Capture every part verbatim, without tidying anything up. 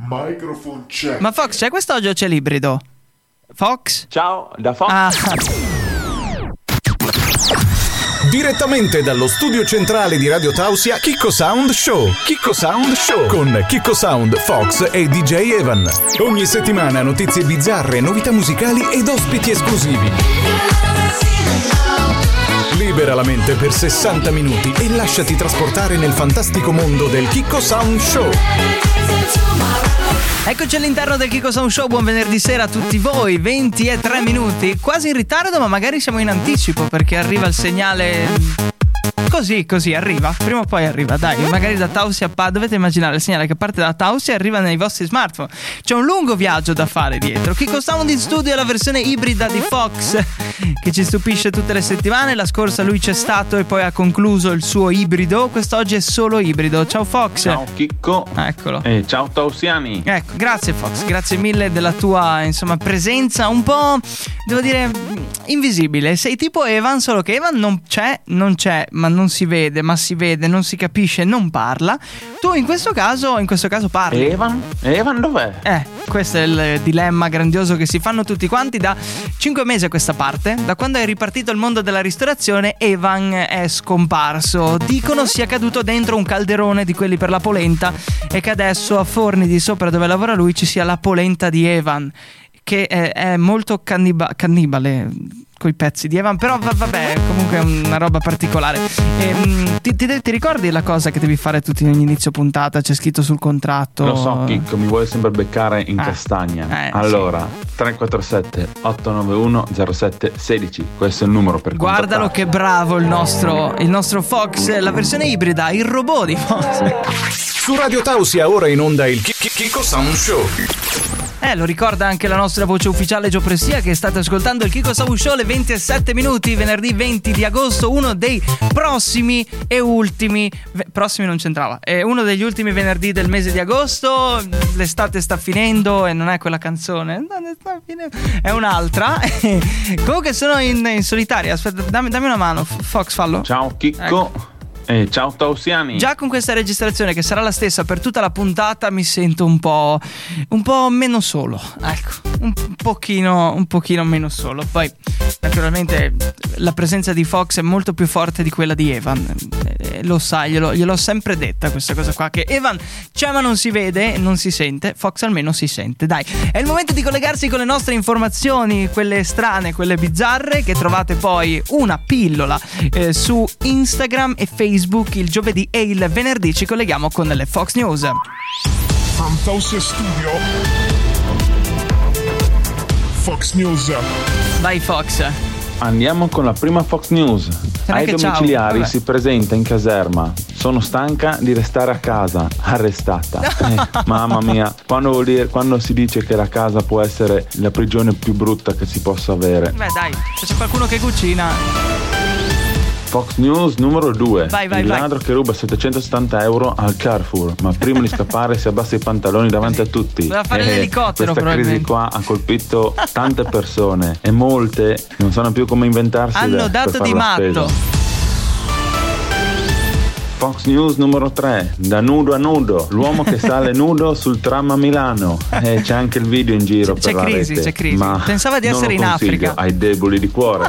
Microphone check. Ma Fox, c'è quest'oggi o c'è l'ibrido? Fox? Ciao, da Fox. Ah. Direttamente dallo studio centrale di Radio Tausia, Chicco Sound Show. Chicco Sound Show con Chicco Sound, Fox e D J Evan. Ogni settimana notizie bizzarre, novità musicali ed ospiti esclusivi. Libera la mente per sessanta minuti e lasciati trasportare nel fantastico mondo del Chicco Sound Show. Eccoci all'interno del Chicco Sound Show, buon venerdì sera a tutti voi, venti e tre minuti, quasi in ritardo ma magari siamo in anticipo perché arriva il segnale... Così, così, arriva, prima o poi arriva, dai, magari da Tausia a dovete immaginare il segnale che parte da Tausia e arriva nei vostri smartphone. C'è un lungo viaggio da fare dietro. Chicco Sound in studio è la versione ibrida di Fox che ci stupisce tutte le settimane. La scorsa lui c'è stato e poi ha concluso il suo ibrido. Quest'oggi è solo ibrido. Ciao Fox. Ciao Chicco. Eccolo. E ciao Tausiani. Ecco, grazie Fox, grazie mille della tua, insomma, presenza un po', devo dire, invisibile. Sei tipo Evan, solo che Evan non c'è, non c'è, ma non si vede, ma si vede, non si capisce, non parla. Tu in questo caso, in questo caso parli. Evan? Evan dov'è? Eh, questo è il dilemma grandioso che si fanno tutti quanti da cinque mesi a questa parte. Da quando è ripartito il mondo della ristorazione, Evan è scomparso. Dicono sia caduto dentro un calderone di quelli per la polenta e che adesso a Forni di sopra dove lavora lui ci sia la polenta di Evan, che è, è molto canniba- cannibale coi pezzi di Evan, però va- vabbè, comunque è una roba particolare. E, mh, ti, ti, ti ricordi la cosa che devi fare tutti ogni inizio puntata? C'è scritto sul contratto. Lo so, Chicco, mi vuole sempre beccare in ah, castagna. Eh, allora, sì. tre quattro sette otto nove uno zero sette uno sei, questo è il numero per Guardalo che bravo il nostro, il nostro Fox, la versione ibrida, il robot di Fox. Su Radio Tausia ora in onda il Chicco Sound Show. Eh, lo ricorda anche la nostra voce ufficiale Gio Pressia, che state ascoltando il Chicco Sound Show alle venti e sette minuti, venerdì venti di agosto, uno dei prossimi e ultimi ve- prossimi non c'entrava, è uno degli ultimi venerdì del mese di agosto. L'estate sta finendo e non è quella canzone, è un'altra. Comunque sono in, in solitaria. Aspetta, dammi, dammi una mano, Fox, fallo. Ciao Chicco. Ecco. Eh, ciao Tausiani. Già con questa registrazione, che sarà la stessa per tutta la puntata, mi sento un po' un po' meno solo. Ecco, un pochino un pochino meno solo. Poi naturalmente la presenza di Fox è molto più forte di quella di Evan. Eh, lo sai, glielo, gliel'ho sempre detta questa cosa qua, che Evan c'è ma non si vede, non si sente. Fox almeno si sente. Dai, è il momento di collegarsi con le nostre informazioni, quelle strane, quelle bizzarre, che trovate poi una pillola eh, su Instagram e Facebook il giovedì e il venerdì. Ci colleghiamo con le Fox News. From Tausia Studio, Fox News. Vai Fox. Andiamo con la prima Fox News. Ai domiciliari ciao. Si presenta in caserma. Sono stanca di restare a casa. Arrestata. Eh, mamma mia, quando, vuol dire, quando si dice che la casa può essere la prigione più brutta che si possa avere. Beh dai, se c'è qualcuno che cucina. Fox News numero due. Vai, vai, il vai. ladro che ruba settecentosettanta euro al Carrefour, ma prima di scappare si abbassa i pantaloni davanti a tutti. Doveva fare eh, l'elicottero. Questa crisi qua ha colpito tante persone e molte non sanno più come inventarsi. Hanno dato di matto. Fox News numero tre. Da nudo a nudo. L'uomo che sale nudo sul tram a Milano. Eh, c'è anche il video in giro. C'è, per c'è la crisi, rete, c'è crisi. Ma pensava di essere in Africa. Ai deboli di cuore.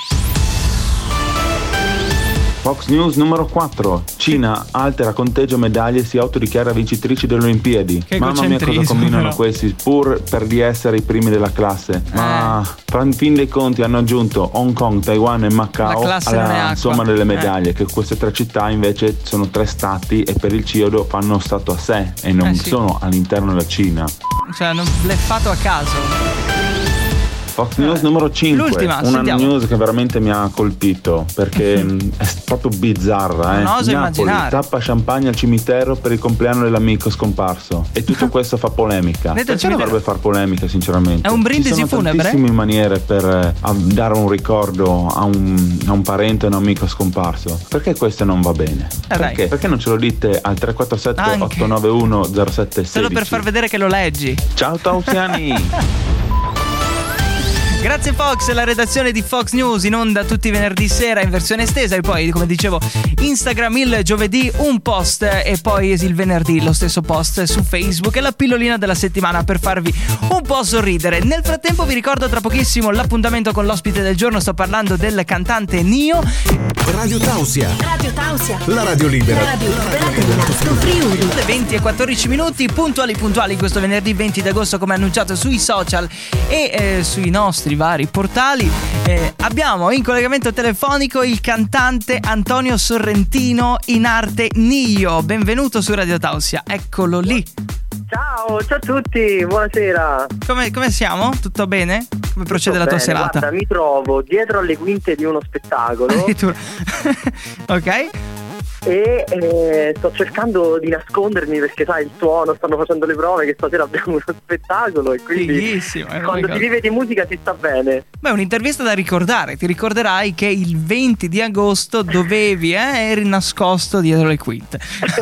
Fox News numero quattro. Cina altera conteggio medaglie e si autodichiara vincitrici delle Olimpiadi. Che Mamma mia cosa combinano no? questi, pur per di essere i primi della classe. Eh. Ma in fin dei conti hanno aggiunto Hong Kong, Taiwan e Macao alla somma delle medaglie, eh. che queste tre città invece sono tre stati e per il C I O D fanno stato a sé e non eh sì. sono all'interno della Cina. Cioè hanno bleffato a caso. Fox News numero cinque. L'ultima, una sentiamo. news che veramente mi ha colpito perché è proprio bizzarra. Non eh. oso Napoli immaginare. tappa champagne al cimitero per il compleanno dell'amico scomparso e tutto questo fa polemica. Detto Perché dovrebbe far polemica sinceramente? È un brindisi Ci sono funebre? tantissime maniere per eh, a- dare un ricordo a un, a un parente o un amico scomparso. Perché questo non va bene? Eh Perché? dai. Perché non ce lo dite al tre quattro sette Anche. otto nove uno zero sette uno sei? Solo per far vedere che lo leggi. Ciao Tausiani. Grazie Fox, la redazione di Fox News in onda tutti i venerdì sera in versione estesa e poi, come dicevo, Instagram il giovedì un post e poi il venerdì lo stesso post su Facebook e la pillolina della settimana per farvi un po' sorridere. Nel frattempo vi ricordo tra pochissimo l'appuntamento con l'ospite del giorno, sto parlando del cantante Nio. Radio Tausia. Radio Tausia. La radio libera. La radio libera dell'Alto Friuli. Le venti e quattordici minuti, puntuali puntuali questo venerdì venti d'agosto come annunciato sui social e eh, sui nostri vari portali. Eh, abbiamo in collegamento telefonico il cantante Antonio Sorrentino, in arte Nio. Benvenuto su Radio Tausia, eccolo lì. Ciao, ciao a tutti, buonasera. Come, come siamo? Tutto bene? Come procede Tutto la tua bene. serata? Guarda, mi trovo dietro alle quinte di uno spettacolo. Ok. E eh, sto cercando di nascondermi perché sai il suono, stanno facendo le prove che stasera abbiamo uno spettacolo e quindi Fighissimo, quando si vive di musica si sta bene. Beh, è un'intervista da ricordare, ti ricorderai che il venti di agosto dovevi, eh, eri nascosto dietro le quinte.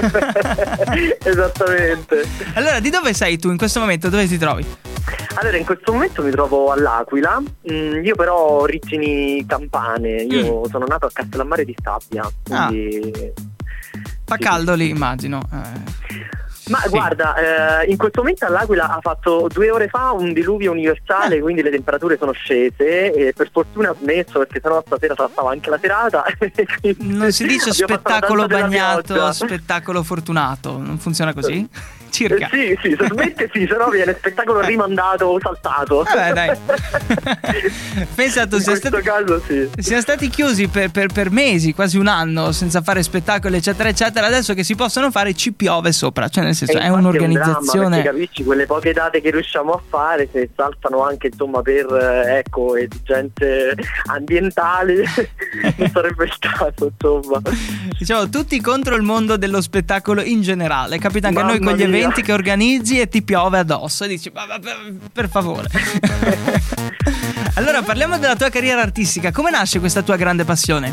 Esattamente. Allora, di dove sei tu in questo momento? Dove ti trovi? Allora, in questo momento mi trovo all'Aquila, mm, io però ho origini campane, io mm. sono nato a Castellammare di Stabia, quindi... Ah. Fa caldo lì, immagino. Eh. Ma sì. Guarda, eh, in questo momento all'Aquila ha fatto due ore fa un diluvio universale, eh. quindi le temperature sono scese e per fortuna ha smesso perché sennò stasera stava anche la serata. Non si dice spettacolo bagnato, spettacolo fortunato, non funziona così? Circa. Eh, sì, sì, se smette sì, se no viene spettacolo rimandato o saltato. Vabbè, dai. Pensa tu, in sia questo stati, caso sì. siamo stati chiusi per, per, per mesi, quasi un anno, senza fare spettacoli, eccetera, eccetera. Adesso che si possono fare ci piove sopra, cioè nel senso è un'organizzazione. È un dramma, capisci, quelle poche date che riusciamo a fare, se saltano anche insomma per ecco esigenze ambientali, non sarebbe il caso, insomma. Diciamo tutti contro il mondo dello spettacolo in generale. Capita anche a noi con gli eventi che organizzi e ti piove addosso e dici ma, ma, per, per favore. Allora parliamo della tua carriera artistica. Come nasce questa tua grande passione?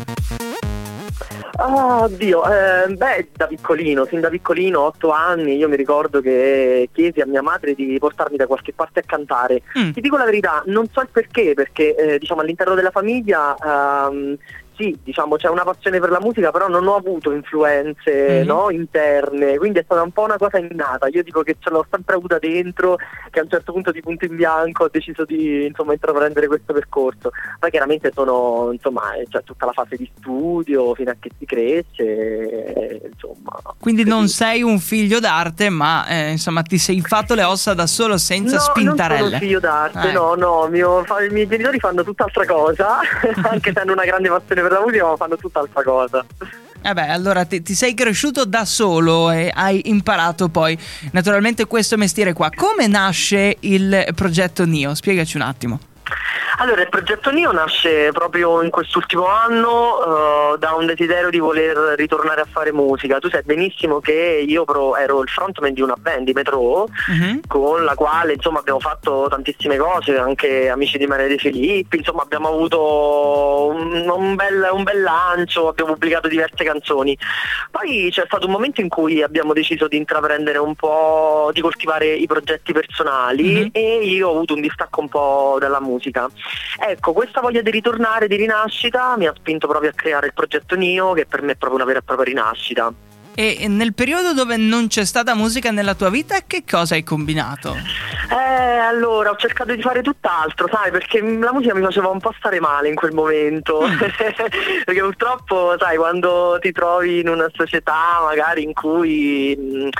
Ah, oddio, eh, beh, da piccolino, sin da piccolino, otto anni, io mi ricordo che chiesi a mia madre di portarmi da qualche parte a cantare. Mm. Ti dico la verità, non so il perché, perché eh, diciamo all'interno della famiglia um, sì, diciamo c'è una passione per la musica, però non ho avuto influenze mm-hmm. no, interne, quindi è stata un po' una cosa innata. Io dico che ce l'ho sempre avuta dentro, che a un certo punto di punto in bianco ho deciso di insomma intraprendere questo percorso. Poi chiaramente sono insomma c'è tutta la fase di studio fino a che si cresce, e, insomma. Quindi non sei un figlio d'arte, ma eh, insomma ti sei fatto le ossa da solo senza no, spintarelle. Non sono un figlio d'arte, eh. no, no, mio, fa, i miei genitori fanno tutt'altra cosa, anche se hanno una grande passione per la musica, ma fanno tutt'altra cosa. Eh beh, allora ti, ti sei cresciuto da solo e hai imparato poi naturalmente questo mestiere qua. Come nasce il progetto Nio? Spiegaci un attimo. Allora, il progetto Nio nasce proprio in quest'ultimo anno uh, da un desiderio di voler ritornare a fare musica. Tu sai benissimo che io pro, ero il frontman di una band di Metro, uh-huh. con la quale insomma abbiamo fatto tantissime cose, anche Amici di Maria De Filippi, insomma abbiamo avuto un, un, bel, un bel lancio, abbiamo pubblicato diverse canzoni. Poi c'è stato un momento in cui abbiamo deciso di intraprendere un po', di coltivare i progetti personali, uh-huh. e io ho avuto un distacco un po' dalla musica. Ecco, questa voglia di ritornare, di rinascita, mi ha spinto proprio a creare il progetto Nio, che per me è proprio una vera e propria rinascita. E nel periodo dove non c'è stata musica nella tua vita, che cosa hai combinato? Eh, allora, ho cercato di fare tutt'altro, sai, perché la musica mi faceva un po' stare male in quel momento, mm. perché purtroppo, sai, quando ti trovi in una società magari in cui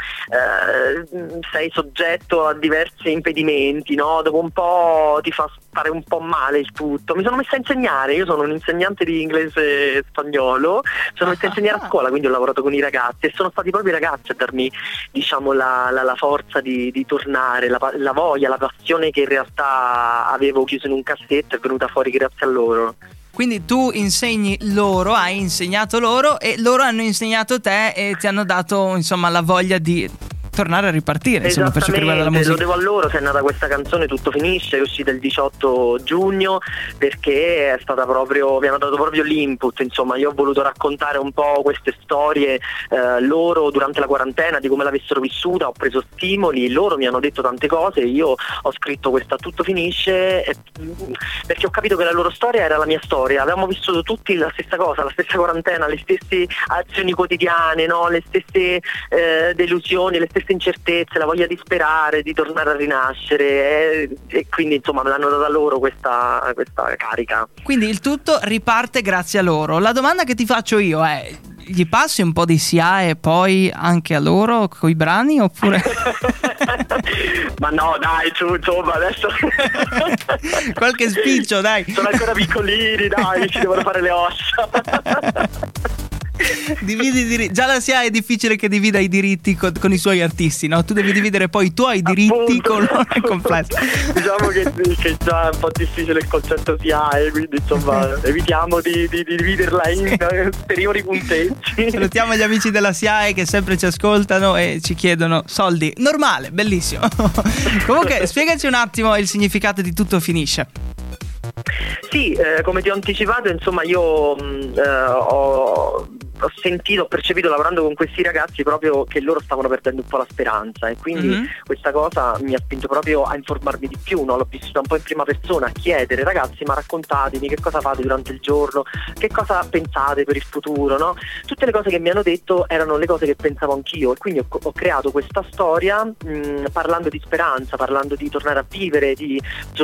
eh, sei soggetto a diversi impedimenti, no? Dopo un po' ti fa stare un po' male il tutto. Mi sono messa a insegnare, io sono un insegnante di inglese e spagnolo, sono messa a insegnare a scuola, quindi ho lavorato con i ragazzi e sono stati proprio i ragazzi a darmi, diciamo, la, la, la forza di, di tornare, la, la voglia, la passione che in realtà avevo chiuso in un cassetto è venuta fuori grazie a loro. Quindi tu insegni loro, hai insegnato loro e loro hanno insegnato te e ti hanno dato insomma la voglia di tornare a ripartire, insomma, per ciò che riguarda la musica. Lo devo a loro, se è nata questa canzone Tutto Finisce, è uscita il diciotto giugno, perché è stata proprio, mi hanno dato proprio l'input, insomma, io ho voluto raccontare un po' queste storie eh, loro durante la quarantena, di come l'avessero vissuta, ho preso stimoli, loro mi hanno detto tante cose, io ho scritto questa Tutto Finisce e, perché ho capito che la loro storia era la mia storia, avevamo vissuto tutti la stessa cosa, la stessa quarantena, le stesse azioni quotidiane, no? Le stesse eh, delusioni, le stesse incertezze, la voglia di sperare, di tornare a rinascere eh, e quindi insomma me l'hanno data loro questa, questa carica. Quindi il tutto riparte grazie a loro. La domanda che ti faccio io è: gli passi un po' di S I A E poi anche a loro coi brani oppure? Ma no dai, tu, insomma adesso qualche spiccio dai, sono ancora piccolini, dai, ci devono fare le ossa. Dividi i diritti. Già la S I A E è difficile che divida i diritti con, con i suoi artisti, no? Tu devi dividere poi i tuoi diritti. Appunto, con loro, è complesso. Diciamo che, che già è un po' difficile il concetto S I A E, quindi insomma evitiamo di, di, di dividerla in ulteriori punteggi. Salutiamo gli amici della S I A E che sempre ci ascoltano e ci chiedono soldi. Normale, bellissimo. Comunque spiegaci un attimo il significato di Tutto Finisce. Sì, eh, come ti ho anticipato, insomma io mh, eh, ho ho sentito, ho percepito lavorando con questi ragazzi proprio che loro stavano perdendo un po' la speranza e quindi mm-hmm. questa cosa mi ha spinto proprio a informarmi di più, no? L'ho vissuta un po' in prima persona, a chiedere: ragazzi, ma raccontatemi che cosa fate durante il giorno, che cosa pensate per il futuro, no? Tutte le cose che mi hanno detto erano le cose che pensavo anch'io e quindi ho, ho creato questa storia mh, parlando di speranza, parlando di tornare a vivere, di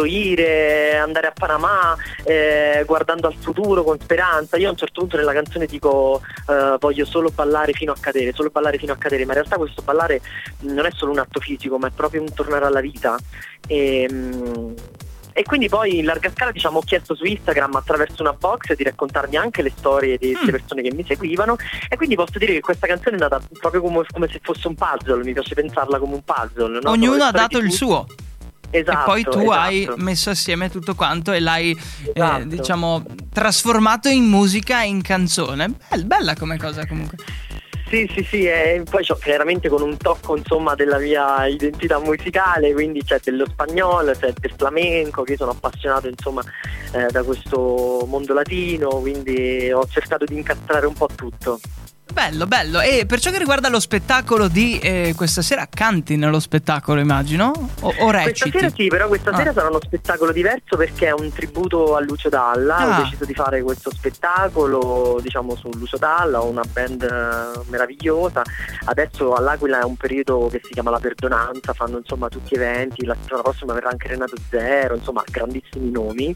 gioire, andare a Panama, eh, guardando al futuro con speranza. Io a un certo punto nella canzone dico Uh, voglio solo ballare fino a cadere, solo ballare fino a cadere, ma in realtà questo ballare non è solo un atto fisico, ma è proprio un tornare alla vita. E, um, e quindi poi in larga scala, diciamo, ho chiesto su Instagram attraverso una box di raccontarmi anche le storie di queste persone che mi seguivano e quindi posso dire che questa canzone è nata proprio come, come se fosse un puzzle, mi piace pensarla come un puzzle, no? Ognuno ha dato il suo. Esatto, e poi tu esatto. hai messo assieme tutto quanto e l'hai esatto. eh, diciamo trasformato in musica e in canzone. Bella, bella come cosa comunque. Sì, sì, sì, e poi c'ho chiaramente con un tocco insomma della mia identità musicale, quindi c'è dello spagnolo, c'è del flamenco, che io sono appassionato insomma eh, da questo mondo latino, quindi ho cercato di incastrare un po' tutto. Bello, bello. E per ciò che riguarda lo spettacolo di eh, questa sera, canti nello spettacolo, immagino? O, o reciti? Questa sera sì, però questa ah. sera sarà uno spettacolo diverso perché è un tributo a Lucio Dalla. Ah. Ho deciso di fare questo spettacolo, diciamo, su Lucio Dalla, una band meravigliosa. Adesso all'Aquila è un periodo che si chiama La Perdonanza, fanno insomma tutti eventi, la settimana prossima verrà anche Renato Zero, insomma grandissimi nomi.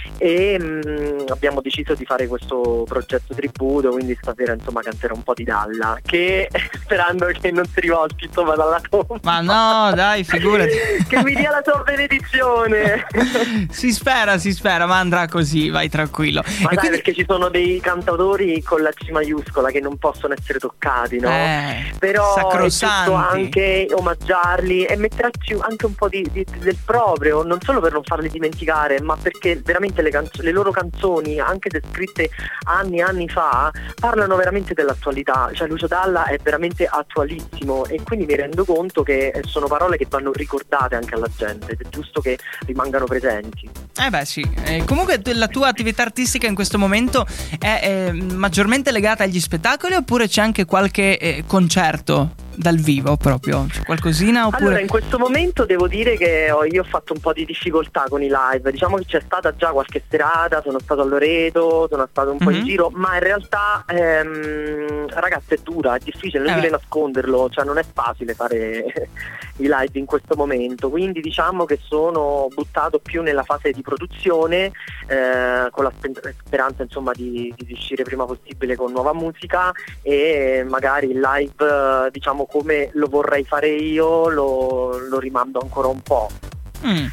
E mh, abbiamo deciso di fare questo progetto tributo, quindi stasera insomma canterò un po' di Dalla, che sperando che non si rivolti insomma dalla tomba. Ma no, dai, figurati. Che mi dia la sua benedizione. Si spera, si spera, ma andrà così, vai tranquillo. Ma e dai, quindi... perché ci sono dei cantautori con la C maiuscola che non possono essere toccati, no? Eh, però sacrosanti. è giusto anche omaggiarli e metterci anche un po' di, di, del proprio, non solo per non farli dimenticare, ma perché veramente le, canzo- le loro canzoni, anche se scritte anni e anni fa, parlano veramente dell'attualità. Cioè Lucio Dalla è veramente attualissimo e quindi mi rendo conto che sono parole che vanno ricordate anche alla gente ed è giusto che rimangano presenti. Eh beh sì, eh, comunque la tua attività artistica in questo momento è eh, maggiormente legata agli spettacoli oppure c'è anche qualche eh, concerto dal vivo proprio? C'è qualcosina oppure... Allora in questo momento devo dire che ho, io ho fatto un po' di difficoltà con i live, diciamo che c'è stata già qualche serata, sono stato a Loreto, sono stato un po' mm-hmm. in giro, ma in realtà ehm, ragazzi è dura, è difficile, non eh devi nasconderlo, cioè non è facile fare i live in questo momento, quindi diciamo che sono buttato più nella fase di produzione eh, con la speranza insomma di, di uscire prima possibile con nuova musica e magari il live diciamo come lo vorrei fare io lo, lo rimando ancora un po'. Mm.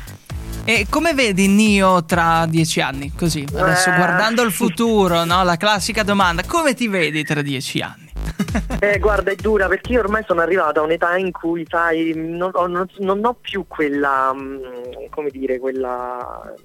E come vedi Nio tra dieci anni? Così, adesso eh... guardando il futuro, no? La classica domanda, come ti vedi tra dieci anni? Eh, guarda, è dura perché io ormai sono arrivata a un'età in cui, sai, non ho, non, non ho più quella, come dire, quella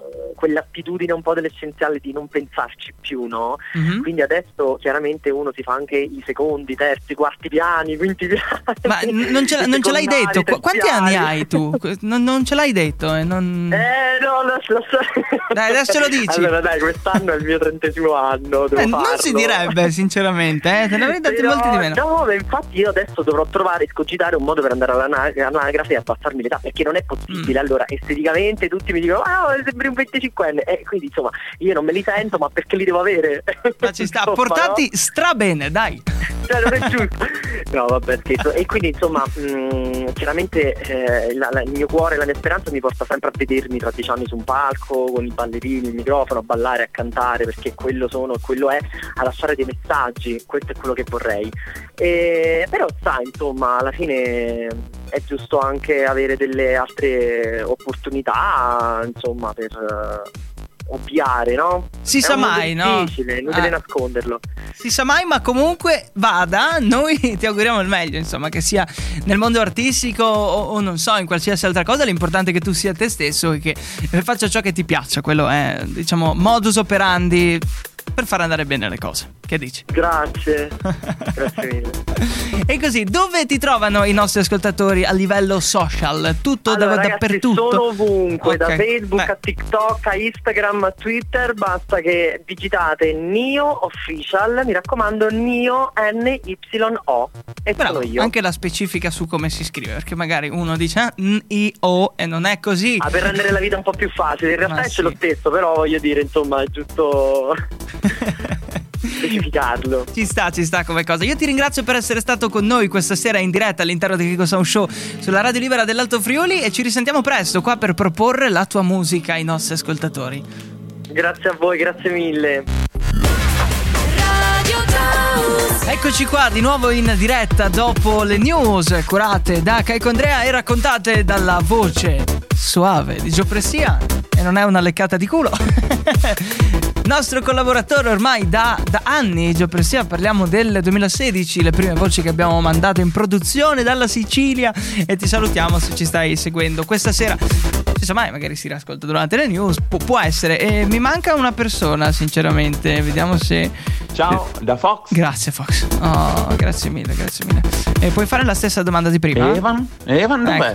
quell'attitudine un po' dell'essenziale di non pensarci più, no? Mm-hmm. Quindi adesso chiaramente uno si fa anche i secondi, terzi, quarti piani, quinti piani. Ma non ce, non ce l'hai detto? Qu- quanti anni hai tu? Non, non ce l'hai detto? Eh, non... eh no, lo, lo so. Dai, adesso lo dici. Allora dai, quest'anno è il mio trentesimo anno, devo eh, farlo. Non si direbbe, sinceramente, eh? Te ne avrei dati Però, molti di meno. No, ma infatti io adesso dovrò trovare, scogitare un modo per andare all'anagrafe e abbassarmi l'età, perché non è possibile. Mm. Allora, esteticamente tutti mi dicono ah, sembri un venticinquenne, e quindi insomma io non me li sento, ma perché li devo avere? Ma ci sta, insomma, portati no? stra bene, dai. Cioè, non è giusto. No, vabbè, scherzo. E quindi insomma mh, chiaramente eh, la, la, il mio cuore, la mia speranza mi porta sempre a vedermi tra dieci anni su un palco con i ballerini, il microfono, a ballare, a cantare, perché quello sono e quello è, a lasciare dei messaggi. Questo è quello che vorrei. E, però sai, insomma, alla fine è giusto anche avere delle altre opportunità, insomma, per uh, ovviare, no? Si è sa mai, no? È difficile, inutile ah. nasconderlo. Si sa mai, ma comunque vada, noi ti auguriamo il meglio, insomma, che sia nel mondo artistico o, o non so, in qualsiasi altra cosa. L'importante è che tu sia te stesso e che faccia ciò che ti piaccia. Quello è, diciamo, modus operandi per far andare bene le cose. Che dici? Grazie. Grazie mille. E così, dove ti trovano i nostri ascoltatori a livello social? Tutto allora, da, ragazzi, dappertutto? sono ovunque, okay. Da Facebook Beh. a TikTok, a Instagram, a Twitter. Basta che digitate Nio Official, mi raccomando, Nio N Y O. E però sono io. Anche la specifica su come si scrive, perché magari uno dice N I O e non è così. Ah, per rendere la vita un po' più facile. In realtà Ma è sì. lo stesso, però voglio dire, insomma, è giusto specificarlo. Ci sta, ci sta come cosa. Io ti ringrazio per essere stato con noi questa sera in diretta all'interno di Chicco Sound Show sulla Radio Libera dell'Alto Friuli, e ci risentiamo presto qua per proporre la tua musica ai nostri ascoltatori. Grazie a voi, grazie mille. Eccoci qua di nuovo in diretta dopo le news curate da Caico Andrea e raccontate dalla voce suave di Gio Pressia, e non è una leccata di culo. Nostro collaboratore ormai da, da anni, Gio Pressia. Parliamo del duemilasedici, le prime voci che abbiamo mandato in produzione dalla Sicilia, e ti salutiamo se ci stai seguendo questa sera. Si sa mai, magari si riascolta durante le news, Pu- può essere. E mi manca una persona, sinceramente, vediamo se... Ciao, da Fox. Grazie Fox. Oh, grazie mille, grazie mille. E puoi fare la stessa domanda di prima? Evan? Evan dov'è?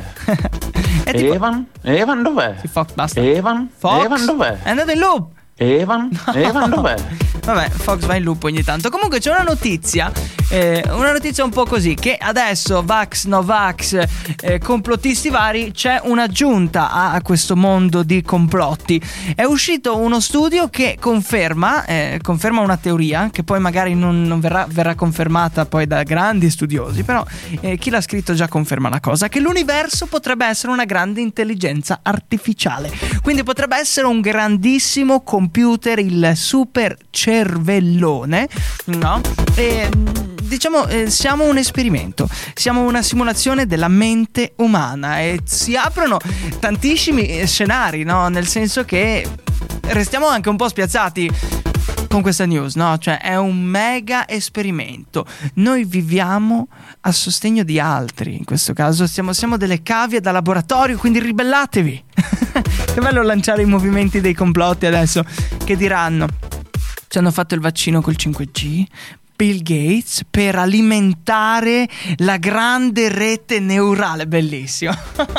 È tipo... Evan? Evan dov'è? Sì, Fox, basta. Evan? Fox? Evan dov'è? È andato in loop. Evan? Evan dov'è? Vabbè, Fox va in loop ogni tanto. Comunque c'è una notizia, eh, una notizia un po' così, che adesso Vax, no Vax, eh, complottisti vari, c'è un'aggiunta a, a questo mondo di complotti. È uscito uno studio che conferma, eh, conferma una teoria che poi magari non, non verrà, verrà confermata poi da grandi studiosi, però eh, chi l'ha scritto già conferma la cosa, che l'universo potrebbe essere una grande intelligenza artificiale. Quindi potrebbe essere un grandissimo computer, il super cervellone, no? E diciamo eh, siamo un esperimento, siamo una simulazione della mente umana, e si aprono tantissimi scenari, no? Nel senso che restiamo anche un po' spiazzati con questa news, no? Cioè è un mega esperimento. Noi viviamo a sostegno di altri, in questo caso siamo, siamo delle cavie da laboratorio, quindi ribellatevi. Che bello lanciare i movimenti dei complotti adesso, che diranno: ci hanno fatto il vaccino col cinque G, Bill Gates, per alimentare la grande rete neurale. Bellissimo.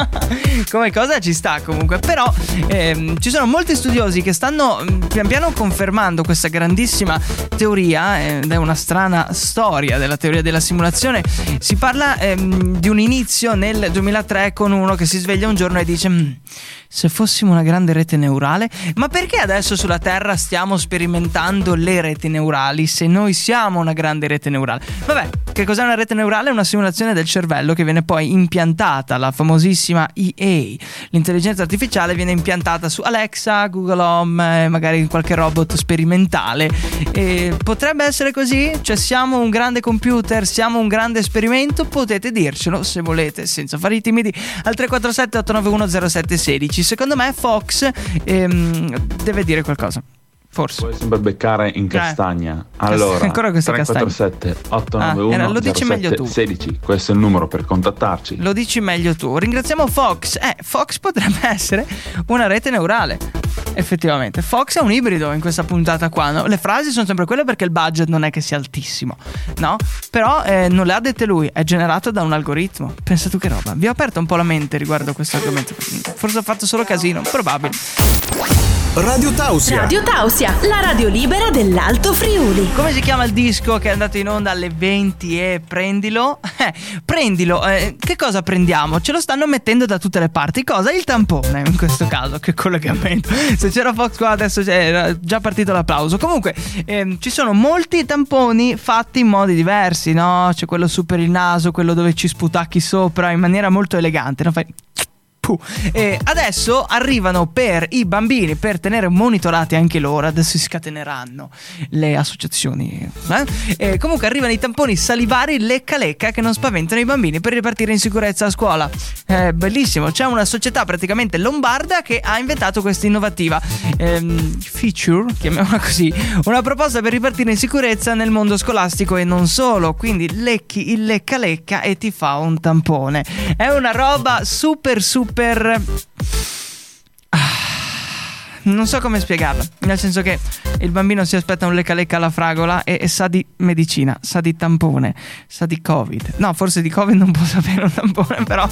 Come cosa ci sta comunque. Però ehm, ci sono molti studiosi che stanno pian piano confermando questa grandissima teoria, ed è una strana storia della teoria della simulazione. Si parla ehm, di un inizio nel duemilatré con uno che si sveglia un giorno e dice: se fossimo una grande rete neurale, ma perché adesso sulla Terra stiamo sperimentando le reti neurali se noi siamo una grande rete neurale? Vabbè, che cos'è una rete neurale? È una simulazione del cervello che viene poi impiantata, la famosissima E A. L'intelligenza artificiale viene impiantata su Alexa, Google Home, magari qualche robot sperimentale. E potrebbe essere così? Cioè siamo un grande computer, siamo un grande esperimento? Potete dircelo se volete, senza fare i timidi, al tre quattro sette otto nove uno zero sette uno sei. Secondo me Fox ehm, deve dire qualcosa. Forse puoi sempre beccare in castagna. Eh. Allora ancora queste tre quattro sette otto nove uno ah, lo dici meglio tu. uno sedici. Questo è il numero per contattarci. Lo dici meglio tu. Ringraziamo Fox. Eh, Fox potrebbe essere una rete neurale. effettivamente. Fox è un ibrido in questa puntata qua, no? Le frasi sono sempre quelle perché il budget non è che sia altissimo, no? Però eh, non le ha dette lui, è generato da un algoritmo. Pensa tu che roba. Vi ho aperto un po' la mente riguardo questo argomento. Forse ho fatto solo casino, probabile. Radio Tausia. Radio Tausia, la radio libera dell'Alto Friuli. Come si chiama il disco che è andato in onda alle venti e prendilo? Eh, prendilo, eh, che cosa prendiamo? Ce lo stanno mettendo da tutte le parti. Cosa? Il tampone in questo caso, che collegamento. Se c'era Fox qua adesso era già partito l'applauso. Comunque ehm, ci sono molti tamponi fatti in modi diversi, no? C'è quello su per il naso, quello dove ci sputacchi sopra in maniera molto elegante, no? Fai... E adesso arrivano per i bambini, per tenere monitorati anche loro. Adesso si scateneranno le associazioni, eh? E comunque arrivano i tamponi salivari lecca lecca che non spaventano i bambini per ripartire in sicurezza a scuola. Eh, bellissimo. C'è una società praticamente lombarda che ha inventato questa innovativa ehm, feature, chiamiamola così, una proposta per ripartire in sicurezza nel mondo scolastico e non solo. Quindi lecchi il lecca lecca e ti fa un tampone. È una roba super super per... Ah, non so come spiegarla, nel senso che il bambino si aspetta un lecca lecca alla fragola e, e sa di medicina, sa di tampone, sa di Covid. No, forse di Covid non può sapere un tampone, però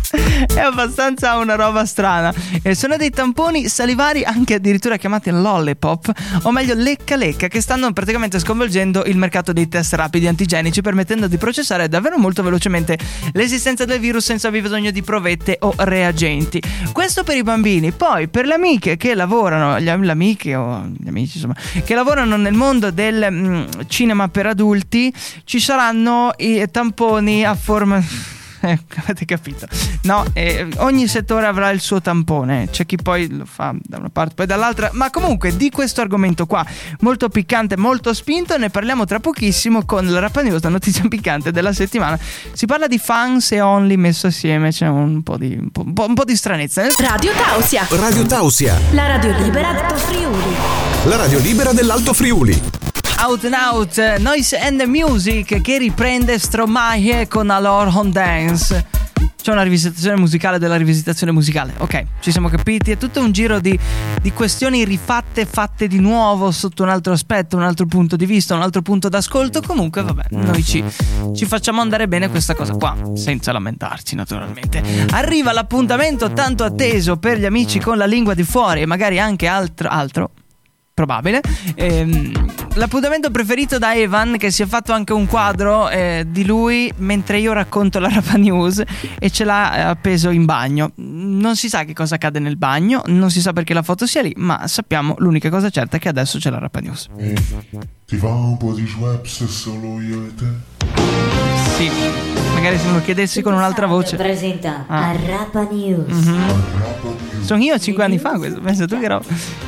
è abbastanza una roba strana. E sono dei tamponi salivari anche addirittura chiamati lollipop, o meglio lecca lecca, che stanno praticamente sconvolgendo il mercato dei test rapidi antigenici, permettendo di processare davvero molto velocemente l'esistenza del virus senza bisogno di provette o reagenti. Questo per i bambini. Poi per le amiche che lavorano, gli, le amiche o gli amici insomma, che lavorano nel mondo del mh, cinema per adulti, ci saranno i tamponi a forma... Eh, avete capito? No, eh, ogni settore avrà il suo tampone. C'è chi poi lo fa da una parte, poi dall'altra. Ma comunque di questo argomento qua, molto piccante, molto spinto, ne parliamo tra pochissimo con la Rapa News, la notizia piccante della settimana. Si parla di fans e Only messo assieme. C'è un po' di, un po', un po', un po' di stranezza. Radio Tausia. Radio Tausia, la radio libera dell'Alto Friuli. La radio libera dell'Alto Friuli. Out and Out, Noise and the Music, che riprende Stromae con Alor on Dance. C'è una rivisitazione musicale della rivisitazione musicale. Ok, ci siamo capiti. È tutto un giro di, di questioni rifatte, fatte di nuovo sotto un altro aspetto, un altro punto di vista, un altro punto d'ascolto. Comunque vabbè, noi ci, ci facciamo andare bene questa cosa qua, senza lamentarci naturalmente. Arriva l'appuntamento tanto atteso per gli amici con la lingua di fuori e magari anche altro, altro probabile. Ehm, l'appuntamento preferito da Evan, che si è fatto anche un quadro eh, di lui mentre io racconto la Rapa News e ce l'ha eh, appeso in bagno. Non si sa che cosa accade nel bagno, non si sa perché la foto sia lì, ma sappiamo l'unica cosa certa è che adesso c'è la Rapa News. E ti va un po' di Schweppes solo io e te? Sì, magari se me lo chiedessi con un'altra voce. Presenta ah. a Rapa News. Mm-hmm. Sono io cinque anni fa questo, pensa tu che roba.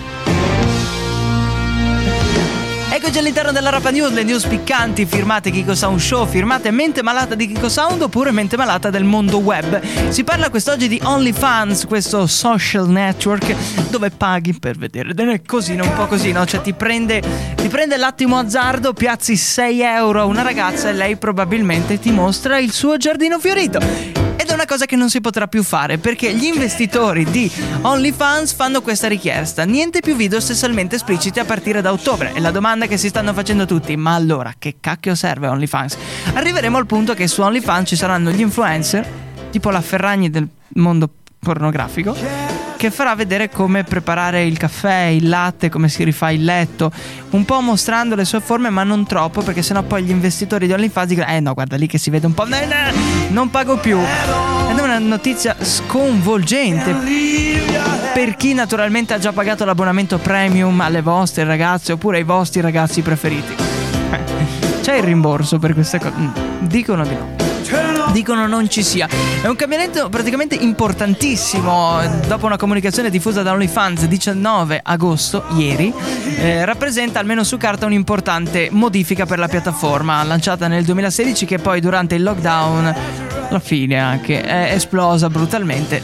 Eccoci all'interno della Rapa News, le news piccanti firmate Kiko Sound Show, firmate Mente Malata di Kiko Sound oppure Mente Malata del mondo web. Si parla quest'oggi di OnlyFans, questo social network dove paghi per vedere delle cosine un po' così, no? Cioè ti prende, ti prende l'attimo azzardo, piazzi sei euro a una ragazza e lei probabilmente ti mostra il suo giardino fiorito. Ed è una cosa che non si potrà più fare perché gli investitori di OnlyFans fanno questa richiesta: niente più video sessualmente espliciti a partire da ottobre. E la domanda che si stanno facendo tutti: ma allora che cacchio serve OnlyFans? Arriveremo al punto che su OnlyFans ci saranno gli influencer, tipo la Ferragni del mondo pornografico, che farà vedere come preparare il caffè, il latte, come si rifà il letto, un po' mostrando le sue forme ma non troppo, perché sennò poi gli investitori di OnlyFans dicono eh no, guarda lì che si vede un po', non pago più. Ed è una notizia sconvolgente per chi naturalmente ha già pagato l'abbonamento premium alle vostre ragazze oppure ai vostri ragazzi preferiti. C'è il rimborso per queste cose? Dicono di no. Dicono non ci sia. È un cambiamento praticamente importantissimo. Dopo una comunicazione diffusa da OnlyFans diciannove agosto, ieri, eh, rappresenta almeno su carta un'importante modifica per la piattaforma, lanciata nel duemilasedici, che poi durante il lockdown, alla fine anche, è esplosa brutalmente.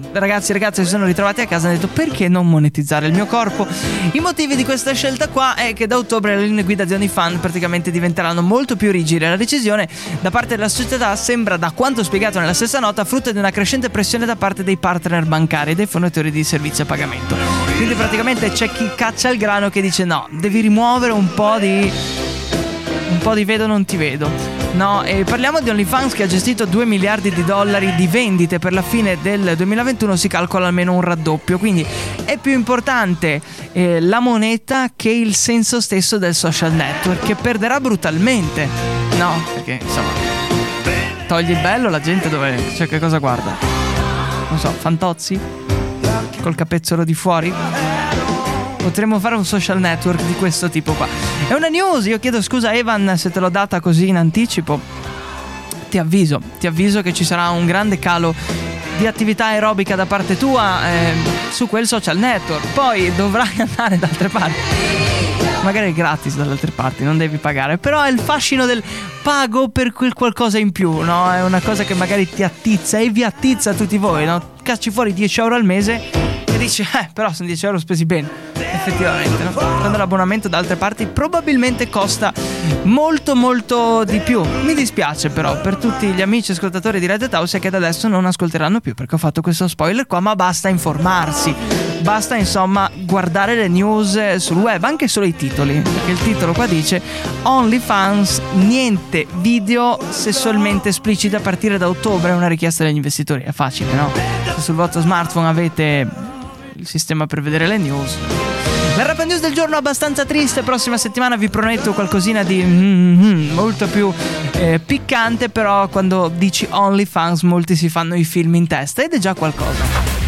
ragazzi e ragazze si sono ritrovati a casa e hanno detto: perché non monetizzare il mio corpo? I motivi di questa scelta qua è che da ottobre le linee guida di OnlyFans praticamente diventeranno molto più rigide. La decisione da parte della società sembra, da quanto spiegato nella stessa nota, frutto di una crescente pressione da parte dei partner bancari e dei fornitori di servizi a pagamento. Quindi praticamente c'è chi caccia il grano che dice: no, devi rimuovere un po' di un po' di vedo non ti vedo. No, e parliamo di OnlyFans che ha gestito due miliardi di dollari di vendite per la fine del duemilaventuno, si calcola almeno un raddoppio, quindi è più importante eh, la moneta che il senso stesso del social network, che perderà brutalmente. No, perché insomma, togli il bello, la gente dove, cioè, che cosa guarda? Non so, Fantozzi? Col capezzolo di fuori? Potremmo fare un social network di questo tipo qua. È una news, io chiedo scusa Evan se te l'ho data così in anticipo. Ti avviso, ti avviso che ci sarà un grande calo di attività aerobica da parte tua eh, su quel social network. Poi dovrai andare da altre parti, magari gratis dalle altre parti, non devi pagare, però è il fascino del pago per quel qualcosa in più, no? È una cosa che magari ti attizza e vi attizza a tutti voi, no? Cacci fuori dieci euro al mese e dici, eh, però sono dieci euro spesi bene. Effettivamente, no? Quando l'abbonamento da altre parti probabilmente costa molto molto di più. Mi dispiace però per tutti gli amici ascoltatori di Radio Tausia che da adesso non ascolteranno più, perché ho fatto questo spoiler qua, ma basta informarsi. Basta insomma guardare le news sul web, anche solo i titoli, perché il titolo qua dice OnlyFans, niente video sessualmente espliciti a partire da ottobre, è una richiesta degli investitori. È facile, no? Se sul vostro smartphone avete il sistema per vedere le news. La rap news del giorno è abbastanza triste. Prossima settimana vi prometto qualcosina di mm-hmm, molto più eh, piccante, però quando dici OnlyFans molti si fanno i film in testa ed è già qualcosa.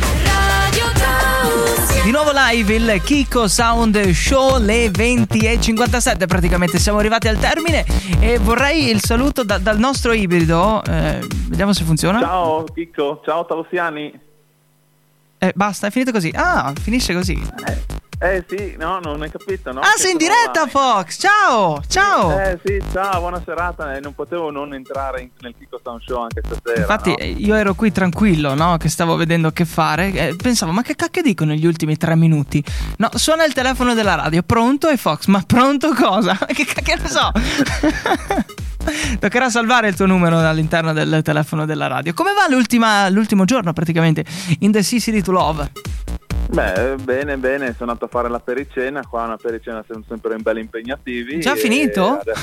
Di nuovo live il Kiko Sound Show, le venti e cinquantasette praticamente, siamo arrivati al termine e vorrei il saluto da, dal nostro ibrido, eh, vediamo se funziona. Ciao Kiko, ciao Tausiani. Eh, basta, è finito così. Ah, finisce così. Eh. Eh sì, no, non hai capito, no? Ah, che sei in diretta, online. Fox! Ciao, ciao! Eh sì, ciao, buona serata. Eh, non potevo non entrare in, nel Kiko Sound Show anche stasera. Infatti, no? Io ero qui tranquillo, no? Che stavo vedendo che fare. Eh, pensavo, ma che cacchio dico negli ultimi tre minuti? No, suona il telefono della radio. Pronto? E Fox, ma pronto cosa? Che cacchio ne so? Toccherà salvare il tuo numero all'interno del telefono della radio. Come va l'ultima, l'ultimo giorno praticamente in The City to Love? Beh, bene, bene, sono andato a fare la pericena. Qua una pericena sono sempre belli impegnativi. Già finito? Adesso...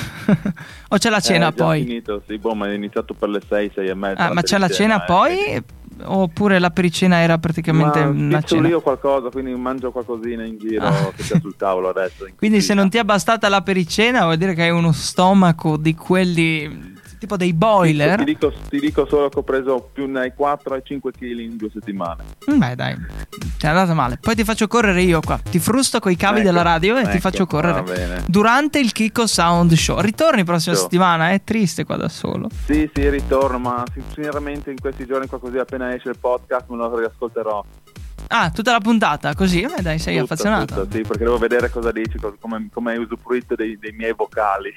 o c'è la cena eh, già poi? finito, sì, boh, ma è iniziato per le sei, sei e mezza. Ah, ma c'è la cena eh, poi? quindi... Oppure la pericena era praticamente ma una cena? io qualcosa, quindi mangio qualcosina in giro ah. che c'è sul tavolo adesso. Quindi se non ti è bastata la pericena vuol dire che hai uno stomaco di quelli... tipo dei boiler. Ti dico, ti dico solo che ho preso più dai quattro ai cinque chili in due settimane. Beh dai, ti è andata male. Poi ti faccio correre io qua. Ti frusto coi cavi ecco, della radio e ecco, ti faccio correre durante il Kiko Sound Show. Ritorni prossima Show. settimana? È triste qua da solo. Sì, sì, ritorno, ma sinceramente in questi giorni qua così appena esce il podcast me lo riascolterò. Ah, tutta la puntata così? Eh dai, sei tutto, affezionato. Tutto, sì, perché devo vedere cosa dici, come, come hai usufruito dei, dei miei vocali.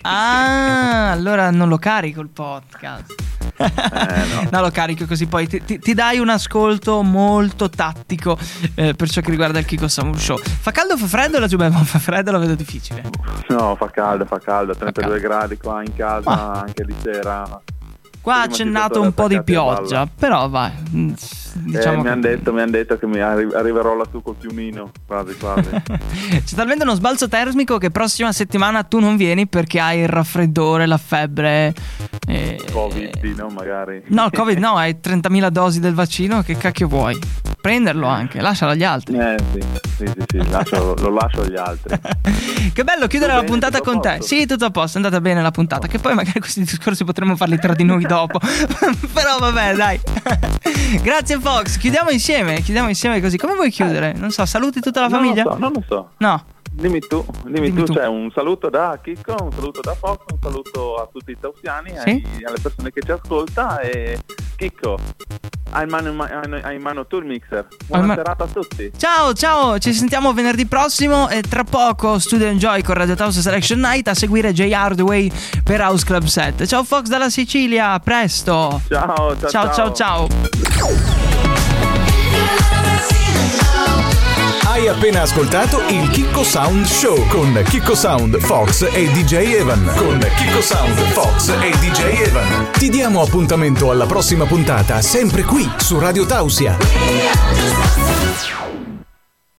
Ah, allora non lo carico il podcast. Eh, no. No, lo carico così poi ti, ti, ti dai un ascolto molto tattico eh, per ciò che riguarda il Kiko Sound Show. Fa caldo o fa freddo? Giù, beh, fa freddo, lo vedo difficile. No, fa caldo, fa caldo, trentadue caldo. gradi qua in casa, ah. anche di sera. Qua ha accennato un po' di pioggia, però vai. Diciamo eh, mi che... hanno detto, mi han detto che mi arri- arriverò lassù col piumino, quasi quasi. C'è talmente uno sbalzo termico che prossima settimana tu non vieni perché hai il raffreddore, la febbre. E... Covid, no, magari. No, il Covid no, hai trentamila dosi del vaccino, che cacchio vuoi? Prenderlo anche, lascialo agli altri. Eh sì, sì, sì, sì lascio, lo lascio agli altri. Che bello chiudere tutto la puntata bene, con te. Sì, tutto a posto, è andata bene la puntata. Che poi magari questi discorsi potremmo farli tra di noi dopo. Però vabbè, dai. Grazie Fox, chiudiamo insieme, chiudiamo insieme così. Come vuoi chiudere? Non so, saluti tutta la non famiglia? Lo so, non lo so. No. Dimmi tu, dimmi, dimmi tu, tu, c'è un saluto da Kiko, un saluto da Fox, un saluto a tutti i tausiani, sì? ai, alle persone che ci ascolta. E Kiko, hai in mano, hai in mano tu il mixer. Buona ma... serata a tutti. Ciao, ciao, ci sentiamo venerdì prossimo e tra poco Studio Enjoy con Radio House Selection Night, a seguire J Hardway per House Club sette. Ciao Fox dalla Sicilia, a presto. Ciao, ciao, ciao, ciao, ciao. ciao. appena ascoltato il Chicco Sound Show con Chicco Sound, Fox e D J Evan. Con Chicco Sound, Fox e D J Evan. Ti diamo appuntamento alla prossima puntata, sempre qui su Radio Tausia.